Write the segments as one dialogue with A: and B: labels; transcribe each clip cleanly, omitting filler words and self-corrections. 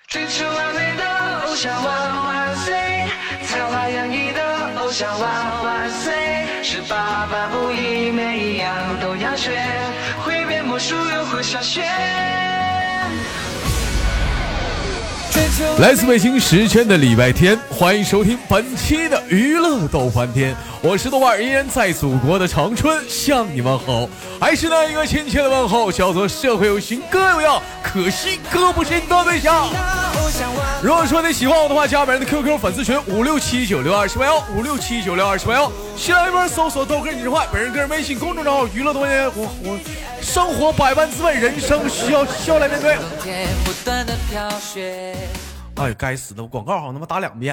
A: 追求完美的偶像万万岁，才华洋溢的偶像万万岁，18般武艺每一样都要学，会变魔术又会下雪。
B: 来自北京时间的礼拜天，欢迎收听本期的娱乐逗翻天，我是豆瓣，依然在祖国的长春向你们好，还是那一个亲切的问候，叫做社会有型哥有样，可惜哥不是你的对象。如果说你喜欢我的话，加本人的 QQ 粉丝群56796281，56796281，新浪微博搜索豆哥你是坏，本人个人微信公众账号娱乐多年，我生活百般滋味，人生需要笑来面对。哎，该死的，我广告好像他妈打2遍。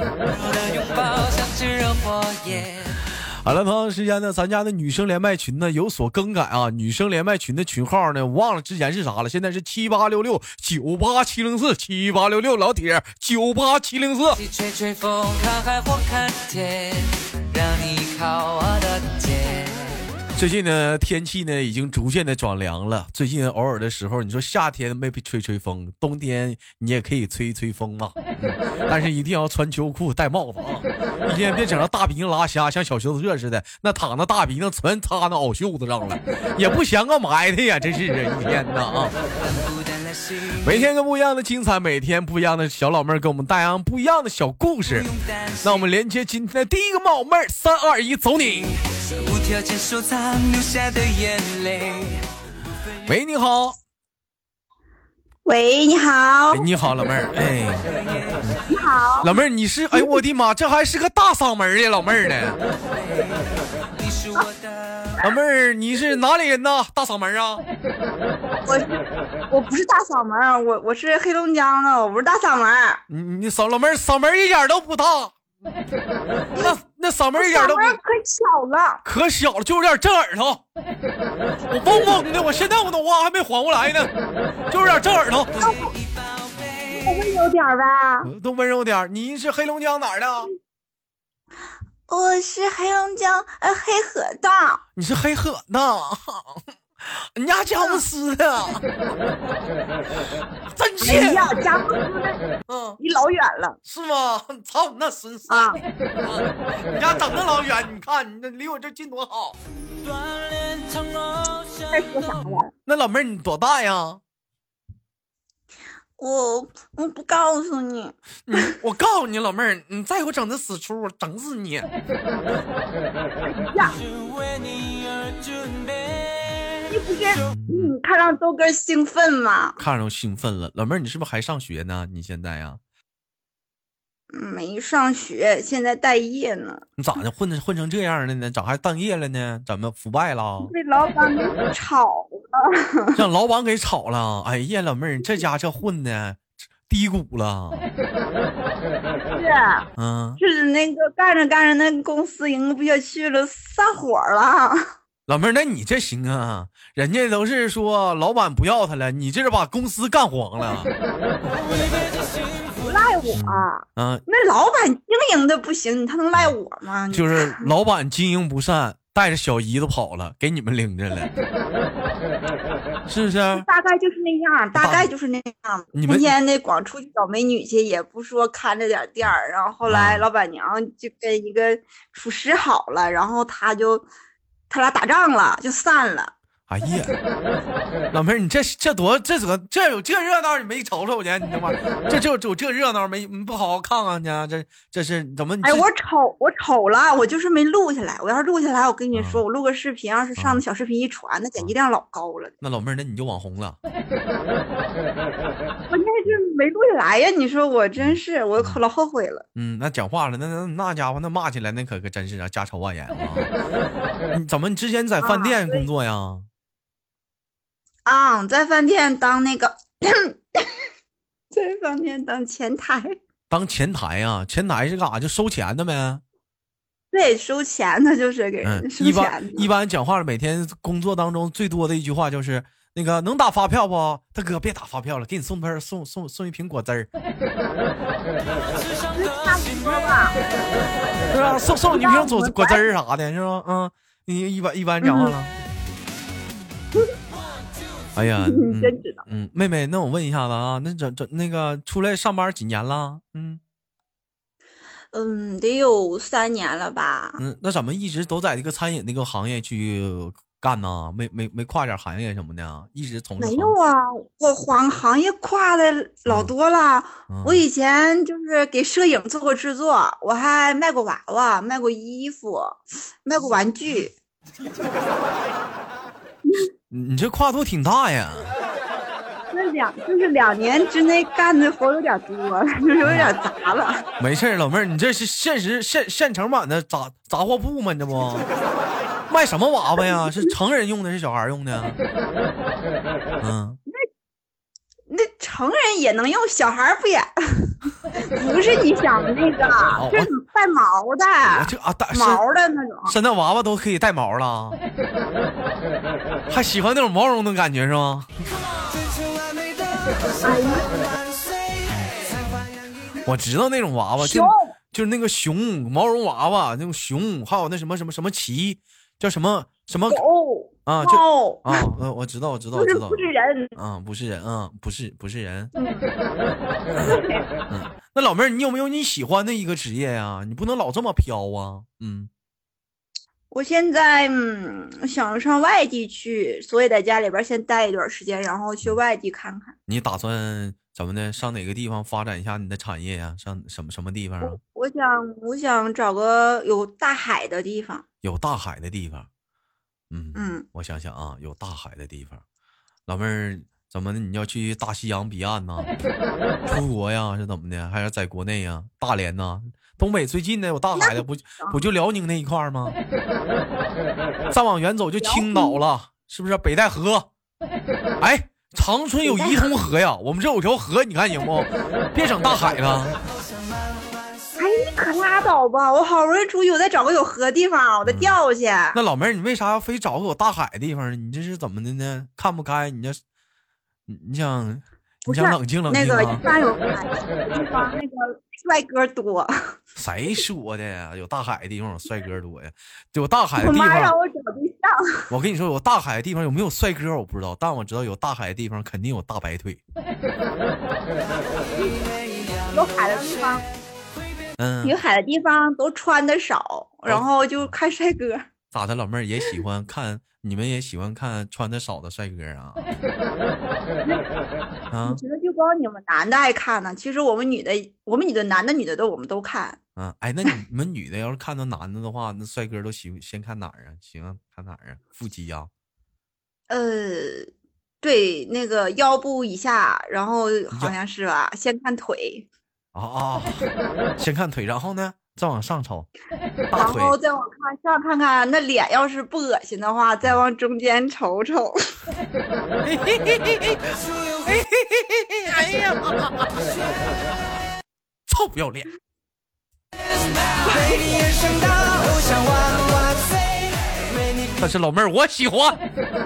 B: 好了，同样时间呢，咱家的女生连麦群呢有所更改啊，女生连麦群的群号呢，我忘了之前是啥了，现在是7866-98704，7866老铁98704。吹风看海或看天，让你靠我的肩。最近呢，天气呢已经逐渐的转凉了。最近偶尔的时候，你说夏天没吹风，冬天你也可以吹风嘛，但是一定要穿秋裤戴帽子啊！一天别整到大鼻子拉瞎，像小熊子热似的，那躺在大鼻子全擦那袄袖子上了，也不想个埋汰呀！真是一天呐啊！每天跟不一样的精彩，每天不一样的小老妹儿给我们带上不一样的小故事。那我们连接今天的第一个冒妹儿，3、2、1，走你！无条件收藏流下的眼泪。喂，你好。
C: 喂，你好。
B: 你好，老妹儿。哎，
C: 你好，
B: 老妹儿，你是？哎呦我的妈，这还是个大嗓门呀，老妹儿呢？老妹儿，你是哪里人呢？大嗓门啊？
C: 我不是大嗓门，我是黑龙江的，我不是大嗓门。
B: 你老妹儿嗓门一点都不大。那嗓门一点都不可
C: 小了，
B: 可小了，就有点震耳朵。我嗡嗡的，我现在我的话还没缓过来呢，就有点震耳朵。
C: 都温柔点呗，
B: 都温柔点。你是黑龙江哪儿的？
C: 我是黑龙江黑河的。
B: 你是黑河的？人家佳木斯的，真切！
C: 哎呀，佳木斯的，离老远了，
B: 是吗？操你那孙子啊！你家整那老远，你看你那离我这近多好。
C: 在说啥呀？
B: 那老妹儿你多大呀？
C: 我不告诉你。
B: 我告诉你，老妹儿，你再给我整这死出，我整死你！哎
C: 呀！你不是看让豆哥兴奋吗？
B: 看上兴奋了，老妹儿，你是不是还上学呢？你现在呀？
C: 没上学，现在待业呢。
B: 你咋的混成这样了呢？咋还当业了呢？怎么腐败了？
C: 被老板给炒了。
B: 让老板给炒了。哎呀，老妹儿，这家这混的低谷了。
C: 是，是那个干着那个公司营不下去了，散伙了。
B: 老妹儿，那你这行啊？人家都是说老板不要他了，你这是把公司干黄了。
C: 不赖我那老板经营的不行，他能赖我吗？
B: 就是老板经营不善，带着小姨子跑了，给你们领着了，是不是？
C: 大概就是那样，大概就是那样。天天的光出去找美女去，也不说看着点店儿。然后后来老板娘就跟一个厨师好了，然后他俩打仗了，就散了。
B: 哎呀，老妹儿，你这多这有这热闹，你没瞅瞅去？你他妈这热闹没不好好看看去？这是怎么？
C: 哎，我瞅了，我就是没录下来。我要是录下来，我跟你说，我录个视频，要是上那小视频一传，那点击量老高了。
B: 那老妹儿，那你就网红了。关键是
C: 没录下来呀！你说我真是，我老后悔了。
B: 那讲话了，那家伙那骂起来，那可真是家丑外扬啊！你怎么你之前在饭店工作呀？
C: 在饭店当那个，在饭店当前台。
B: 当前台啊？前台是干啥？就收钱的呗。
C: 对，收钱的，就是给人收钱的。
B: 一般讲话了，每天工作当中最多的一句话就是那个能打发票不？大哥别打发票了，给你送一瓶果汁儿。
C: 差不多吧。
B: 对啊，送你一瓶果汁儿啥的，是吧？你一般讲话了。 哎呀，
C: 真知道。
B: 妹妹，那我问一下子啊，那个出来上班几年了？
C: 得有3年了吧。
B: 那怎么一直都在这个餐饮那个行业去干呢？没跨点行业什么的，一直从事。
C: 没有啊，我行业跨的老多了。我以前就是给摄影做过制作，我还卖过娃娃，卖过衣服，卖过玩具。
B: 你这跨度挺大呀。
C: 就是2年之内干的活有点多了，就是有点杂了。
B: 没事，老妹儿，你这是现成版的杂货铺吗？你这不卖什么娃娃呀？是成人用的，是小孩用的？
C: 那成人也能用，小孩不也？不是你想的那个，是带毛的，毛的那种。
B: 现在娃娃都可以带毛了，还喜欢那种毛绒的感觉是吗？我知道那种娃娃，就是那个熊毛绒娃娃，那种熊，还有那什么旗，叫什么啊？我知道，
C: 不是人，
B: 不是人，不是人。那老妹儿，你有没有你喜欢的一个职业呀？你不能老这么飘啊。
C: 我现在想上外地去，所以在家里边先待一段时间，然后去外地看看。
B: 你打算怎么的？上哪个地方发展一下你的产业呀？上什么地方啊？
C: 我想找个有大海的地方。
B: 有大海的地方。我想想啊，有大海的地方。老妹儿，怎么的？你要去大西洋彼岸呢？出国呀？是怎么的？还是在国内呀？大连呢？东北最近的有大海的，不就辽宁那一块吗？再往远走就青岛了，是不是？北戴河。哎，长春有伊通河呀，我们这有条河，你看行不？别整大海了。
C: 哎，你可拉倒吧！我好不容易出去，我再找个有河的地方，我再掉下去。
B: 那老妹儿，你为啥要非找个有大海的地方呢？你这是怎么的呢？看不开？你想冷静冷静啊？
C: 那个一般有海的地方，那个帅哥多。
B: 谁说的呀？有大海的地方有帅哥多呀？有大海的地方，
C: 我妈让我找对象。
B: 我跟你说，有大海的地方有没有帅哥我不知道，但我知道有大海的地方肯定有大白腿。
C: 有海的地方，有海的地方都穿的少，然后就看帅哥。
B: 咋的，老妹儿也喜欢看？你们也喜欢看穿的少的帅哥啊？
C: 我觉得就光你们男的爱看呢，其实我们女的男的女的我们都看。
B: 哎，那你们女的要是看到男的的话，那帅哥都先看哪儿啊？喜欢看哪儿啊？腹肌啊？
C: 对，那个腰部以下，然后好像是吧，先看腿。
B: 先看腿，然后呢？再往上瞅，
C: 然后再往上看看，那脸要是不恶心的话，再往中间瞅瞅。
B: 哎呀，臭不要脸！但是老妹儿，我喜欢。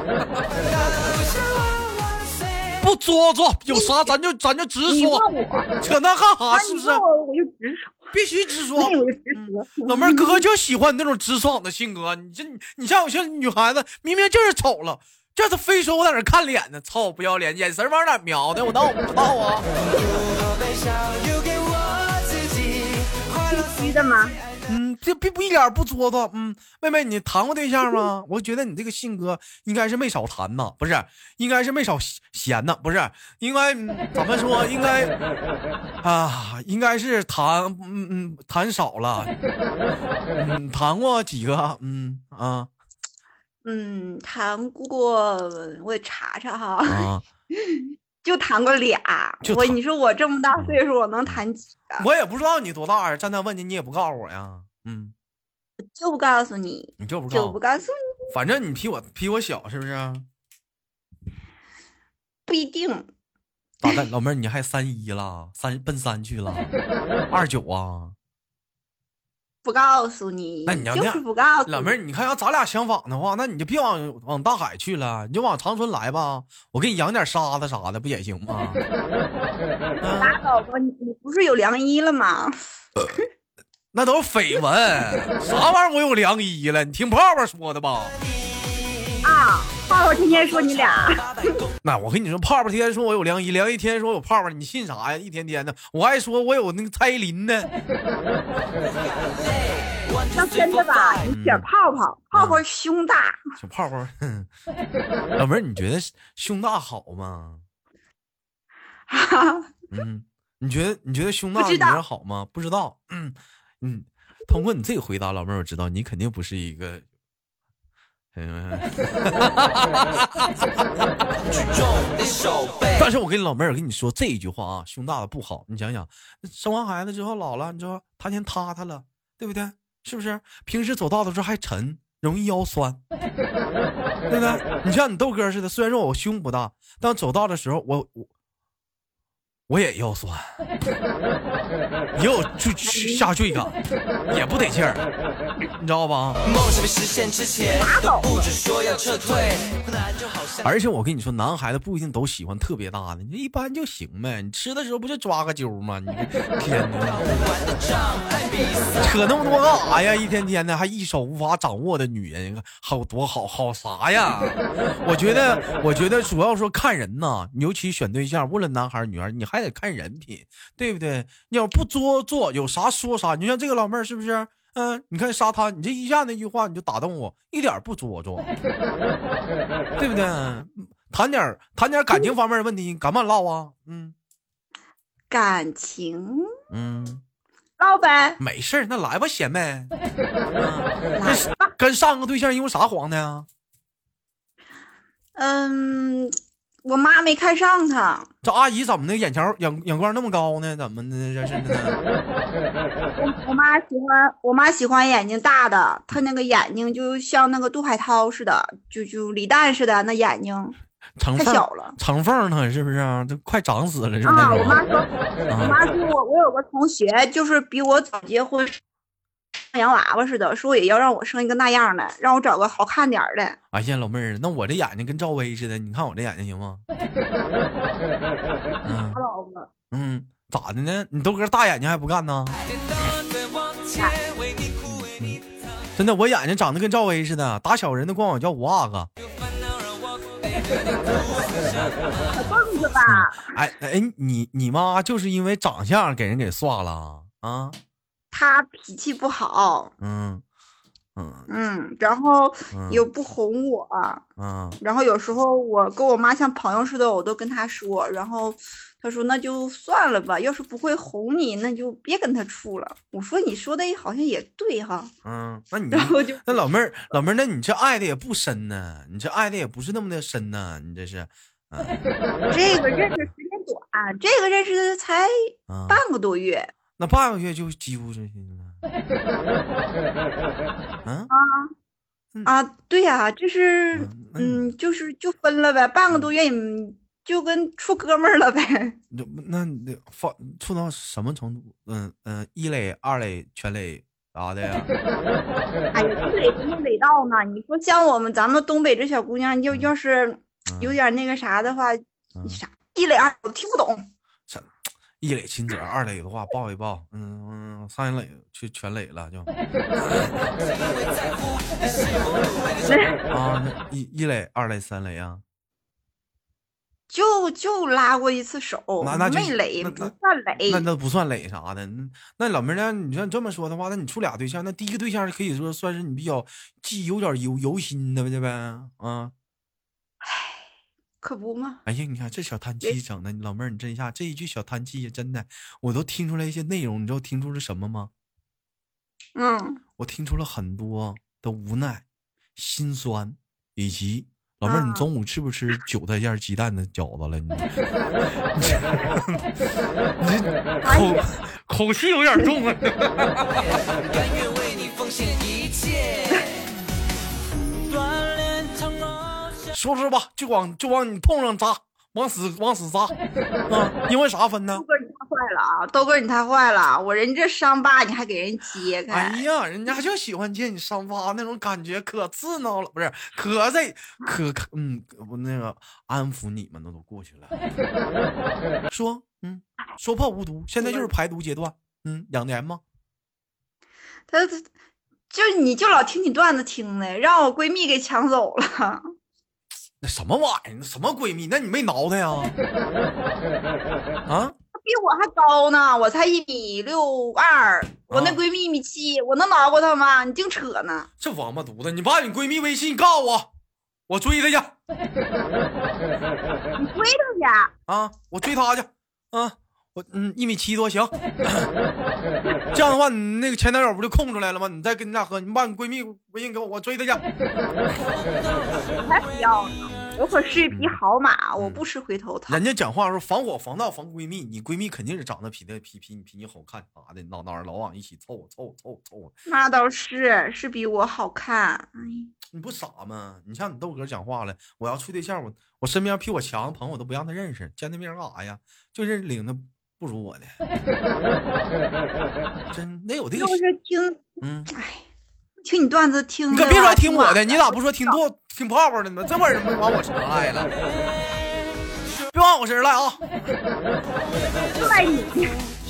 B: 不作作，有啥咱就直说，扯那干啥？是不是？
C: 我就直说，
B: 必须直说。老妹儿，哥就喜欢那种直爽的性格。你像有些女孩子，明明就是丑了，这是非说我在那看脸呢，臭不要脸，眼神往哪瞄的？我不知道啊。
C: 必须的吗？
B: 这不一点不作作。妹妹，你谈过对象吗？我觉得你这个性格应该是没少谈呐，不是？应该是没少闲呐，不是？应该怎么说？应该是谈少了。谈过几个？
C: 谈过，我得查查哈。就谈过俩。你说我这么大岁数，我能谈几个？
B: 我也不知道你多大呀，站那问你也不告诉我呀。
C: 就不告诉你，
B: 你就不
C: 告诉你。
B: 反正你比我小，是不是？
C: 不一定。
B: 咋的，老妹儿，你还31了，奔3去了，29啊？
C: 不告诉你，
B: 那你要
C: 就是不告诉你。
B: 老妹儿，你看要咱俩相仿的话，那你就别往大海去了，你就往长春来吧，我给你养点沙子啥的，不也行吗？
C: 拉倒吧，你不是有良医了吗？
B: 那都是绯闻，啥玩意儿我有良医了？你听泡泡说的吧？
C: 泡泡天天说你俩。
B: 那我跟你说，泡泡天天说我有梁一，梁一天天说我有泡泡，你信啥呀？一天天的，我还说我有那个蔡依林呢。
C: 那真的吧？你选泡泡，泡泡胸大。
B: 小泡泡，老妹儿，你觉得胸大好吗？你觉得胸大的女人好吗？不知道。通过你这个回答，老妹儿，我知道你肯定不是一个。但是我跟老妹儿跟你说这一句话啊，胸大的不好。你想想，生完孩子之后老了，你知道他先塌了，对不对？是不是？平时走道的时候还沉，容易腰酸，对不对？你像你豆哥似的，虽然说我胸不大，但走道的时候我也腰酸，也有下坠感，也不得劲儿，你知道吧？而且我跟你说，男孩子不一定都喜欢特别大的，你一般就行呗。你吃的时候不就抓个揪吗？你天哪，扯那么多干啥呀？一天天的还一手无法掌握的女人，好多好啥呀？我觉得主要说看人呐，尤其选对象，无论男孩女孩，你还得看人品，对不对？你要不做有啥说啥。你像这个老妹儿是不是？你看沙滩，你这一下那句话你就打动我，一点不做作，对不对？谈点感情方面的问题，敢不敢唠啊？
C: 感情，唠呗。
B: 没事儿，那来吧，贤妹。跟上个对象因为啥黄的呀？
C: 我妈没看上他。
B: 这阿姨怎么的眼光那么高呢？怎么的这是呢？
C: 我妈喜欢眼睛大的，她那个眼睛就像那个杜海涛似的，就李诞似的，那眼睛太小了，
B: 长缝呢，是不是啊？这快长死了，是不是？
C: 我妈说我有个同学就是比我早结婚，洋娃娃似的，说也要让我生一个那样的，让我找个好看点的。
B: 哎呀，老妹儿，那我这眼睛跟赵薇似的，你看我这眼睛行吗？咋的呢？你豆哥大眼睛还不干呢？真的，我眼睛长得跟赵薇似的，打小人的管我叫五阿哥。
C: 蹦子吧？
B: 你妈就是因为长相给人给刷了啊？
C: 她脾气不好。然后又不哄我。然后有时候我跟我妈像朋友似的，我都跟她说，然后她说那就算了吧，要是不会哄你，那就别跟她处了。我说你说的好像也对哈。
B: 那你
C: 然后就
B: 那老妹儿，那你这爱的也不深呢，你这爱的也不是那么的深呢，你这是。
C: 这个认识时间短，这个认识才半个多月。
B: 那半个月就几乎这些了。
C: 对呀，这是就分了呗，半个多月就跟处哥们儿了呗。
B: 那你处到什么程度？一垒、二垒、全垒啥的呀？
C: 哎呀，一垒不能垒到呢。你说像咱们东北这小姑娘，要是有点那个啥的话，啥一垒二我听不懂。
B: 一垒亲者，二垒的话抱一抱，三垒去全垒了就。一垒、二垒、三垒啊，
C: 就拉过一次手，
B: 那
C: 没垒不算垒，
B: 那不算垒啥的。那老妹儿呢？你像这么说的话，那你处俩对象，那第一个对象可以说算是你比较记忆有点犹新的呗啊。
C: 可不吗？
B: 哎呀，你看这小叹气整的，老妹儿，你这一下这一句小叹气，真的，我都听出来一些内容，你知道听出了什么吗？我听出了很多的无奈、心酸，以及老妹儿，你中午吃不吃韭菜馅鸡蛋的饺子了？你口气有点重啊！甘愿为你奉献一切。说吧，就往你痛上扎，往死扎因为啥分呢？
C: 豆哥你太坏了啊！豆哥你太坏了，我人这伤疤你还给人揭开。
B: 哎呀，人家就喜欢揭你伤疤那种感觉，可刺挠了，不是？我那个安抚你们的都过去了。说破无毒，现在就是排毒阶段。2年吗？
C: 你就老听你段子听的，让我闺蜜给抢走了。
B: 那什么玩意儿？什么闺蜜？那你没挠她呀？啊？
C: 比我还高呢，我才1.62米，我那闺蜜1.7米，我能挠过她吗？你净扯呢！
B: 这王八犊子！你把你闺蜜微信告我，我追她去。
C: 你追她去
B: 啊？我追她去啊！我1.7米多行。这样的话，你那个前男友不就空出来了吗？你再跟你俩喝，你把你闺蜜微信给我，我追她去。
C: 我才不要呢！我可是一匹好马，我不吃回头草。
B: 人家讲话说防火防盗防闺蜜，你闺蜜肯定是长得比你好看啥的，老往一起凑。
C: 那倒是比我好看。
B: 你不傻吗？你像你豆哥讲话了，我要处对象，我身边比我强的朋友我都不让他认识，见那面干啥呀？就是领的不如我的。真得有这个。
C: 就是听，听你段子听。
B: 你可别说听我的，你咋不说听泡泡的呢？这玩意儿没往我身上来了，别往我身上来啊！
C: 赖你。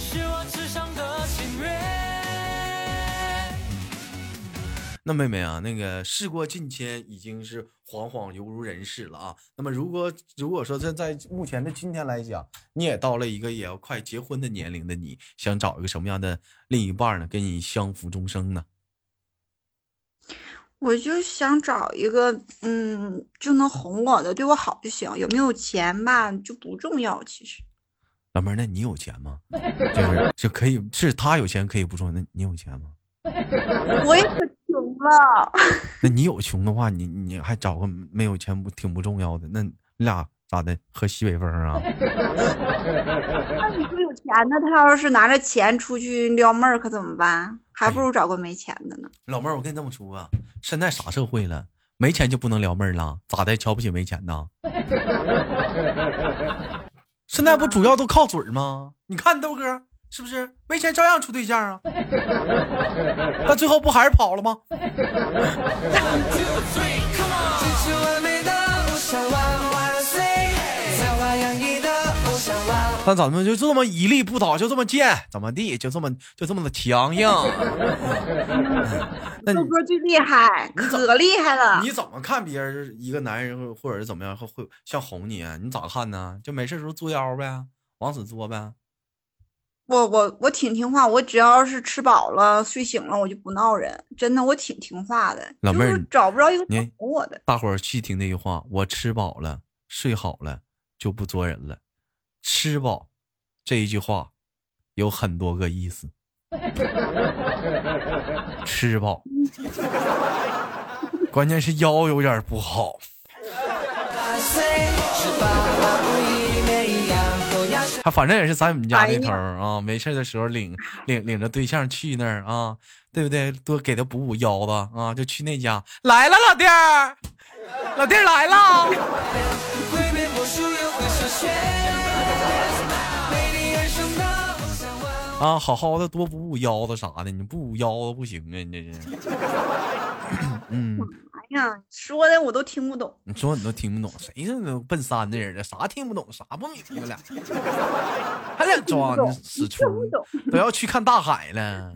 B: 那妹妹啊，那个事过境迁，已经是恍恍犹如人世了啊。那么如果说在目前的今天来讲，你也到了一个也要快结婚的年龄的你，想找一个什么样的另一半呢？跟你相扶终生呢？
C: 我就想找一个，就能哄我的，对我好就行。有没有钱吧，就不重要。其实，
B: 老妹儿，那你有钱吗？就可以是他有钱可以不重要，那你有钱吗？
C: 我也可穷了。
B: 那你有穷的话，你还找个没有钱挺不重要的。那你俩咋的？喝西北风啊？
C: 那你说有钱的，他要是拿着钱出去撩妹儿，可怎么办？还不如找个没钱的呢。
B: 老妹儿，我跟你这么说啊，现在啥社会了？没钱就不能撩妹儿了？咋的？瞧不起没钱呢？现在不主要都靠嘴吗？你看豆哥是不是没钱照样处对象啊？那最后不还是跑了吗？那咱们就这么屹立不倒，就这么贱，怎么地？就这么的强硬。那
C: 豆哥最厉害，可厉害了。
B: 你怎么看别人一个男人或者是怎么样会像哄你啊？你咋看呢？就没事时候作妖呗，往死作呗。
C: 我挺听话，我只要是吃饱了睡醒了，我就不闹人。真的，我挺听话的。
B: 老妹儿，
C: 就是找不着一个哄我的。
B: 大伙儿细听这句话，我吃饱了睡好了就不作人了。吃饱这一句话有很多个意思。吃饱，关键是腰有点不好。他反正也是咱们家那头啊，没事的时候领着对象去那儿啊，对不对？多给他补腰子啊，就去那家。来了，老弟儿，老弟儿来了。啊，好好的多补腰子啥的，你不补腰子不行啊，你这是。
C: 哎呀，说的我都听不懂。
B: 你说你都听不懂，谁是那笨三的人了？啥听不懂，啥不明白了？还想装死出，都要去看大海了。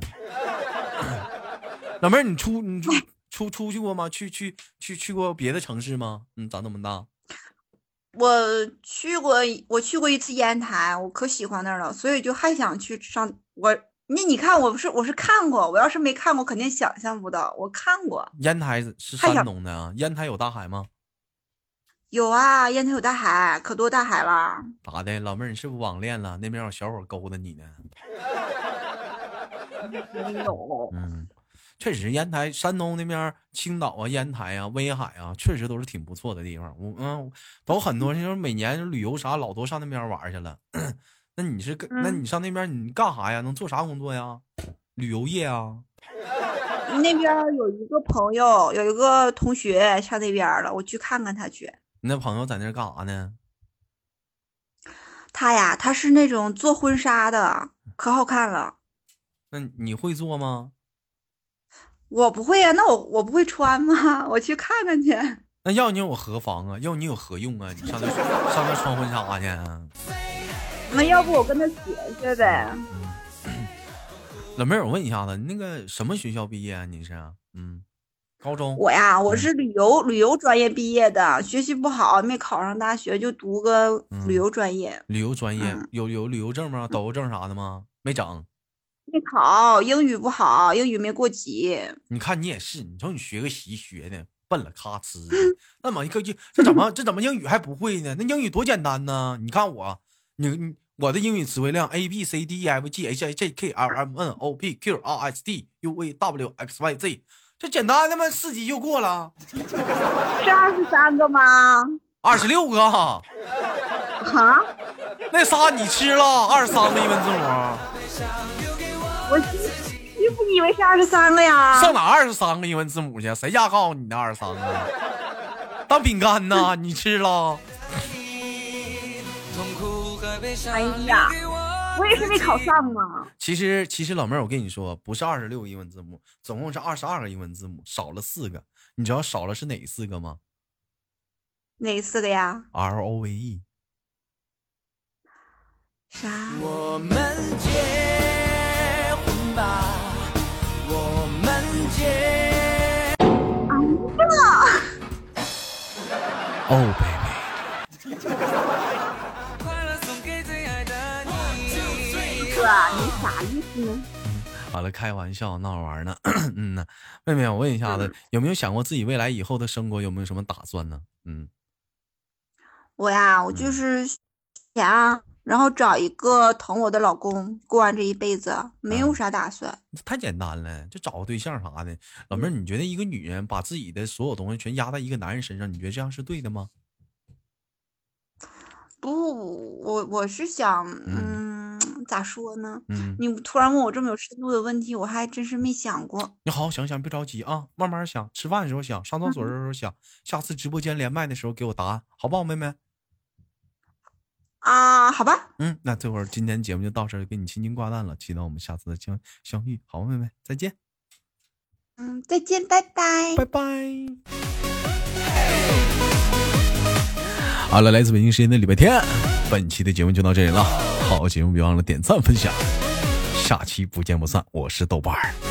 B: 老妹儿，你出去过吗？去过别的城市吗？长这么大。
C: 我去过一次烟台，我可喜欢那儿了，所以就还想去上。你看，我是看过，我要是没看过，肯定想象不到。我看过。
B: 烟台是山东的啊？烟台有大海吗？
C: 有啊，烟台有大海，可多大海了。
B: 咋的，老妹儿，你是不是网恋了？那边有小伙勾搭你呢？
C: 没有。
B: 确实，烟台、山东那边、青岛啊、烟台啊、威海啊，确实都是挺不错的地方。都很多人每年旅游啥，老多上那边玩去了。那你上那边你干啥呀？能做啥工作呀？旅游业啊？
C: 那边有一个朋友，有一个同学上那边了，我去看看他去。
B: 你那朋友在那干啥呢？
C: 他呀，他是那种做婚纱的，可好看了。
B: 那你会做吗？
C: 我不会啊，那我不会穿吗？我去看看去。
B: 那要你有何妨啊？要你有何用啊？你上那穿婚纱去？
C: 那要不我跟他学学呗。
B: 老妹儿，我问一下子，你那个什么学校毕业啊？你是高中。
C: 我呀，我是旅游专业毕业的，学习不好，没考上大学，就读个旅游专业。
B: 旅游专业有旅游证吗？导游证啥的吗？没整。
C: 没考，英语不好，英语没过级。
B: 你看你也是，你说你学个习学的笨了咔呲的，那么一个这怎么英语还不会呢？那英语多简单呢？你看我，我的英语词汇量 A B C D E F G H I J K L M N O P Q R S T U V W X Y Z， 这简单的吗？4级就过了。
C: 是23个吗
B: ？26个。
C: 啊？
B: 那仨你吃了23个英文字母。
C: 我不以为是23个呀。
B: 上哪23个英文字母去？谁家告诉你的23个？当饼干呢？你吃了？
C: 哎呀，我也是没考上嘛。
B: 其实老妹儿，我跟你说，不是26个英文字母，总共是22个英文字母，少了4个。你知道少了是哪4个吗？
C: 哪4个呀
B: ？ROVE。
C: 啥？
A: 我们结婚吧，我们结。
B: Oh baby。
C: 哥，你啥意思呢？
B: 好了，开玩笑，闹着玩呢。呢，妹妹，我问一下子，有没有想过自己未来以后的生活有没有什么打算呢？
C: 我呀，我就是想，然后找一个疼我的老公，过完这一辈子，没有啥打算。
B: 太简单了，就找个对象啥的。老妹儿，你觉得一个女人把自己的所有东西全压在一个男人身上，你觉得这样是对的吗？
C: 不，我是想，咋说呢？你突然问我这么有深度的问题，我还真是没想过。
B: 你好好想想，别着急啊，慢慢想。吃饭的时候想，上厕所的时候想，下次直播间连麦的时候给我答案，好不好，妹妹？
C: 啊，好吧。
B: 那这会儿今天节目就到这儿，给你轻轻挂断了，期待我们下次的相遇，好，妹妹，再见。
C: 再见，拜拜，
B: 拜拜。好了，来自北京时间的礼拜天，本期的节目就到这里了。好节目别忘了点赞分享，下期不见不散。我是豆瓣儿。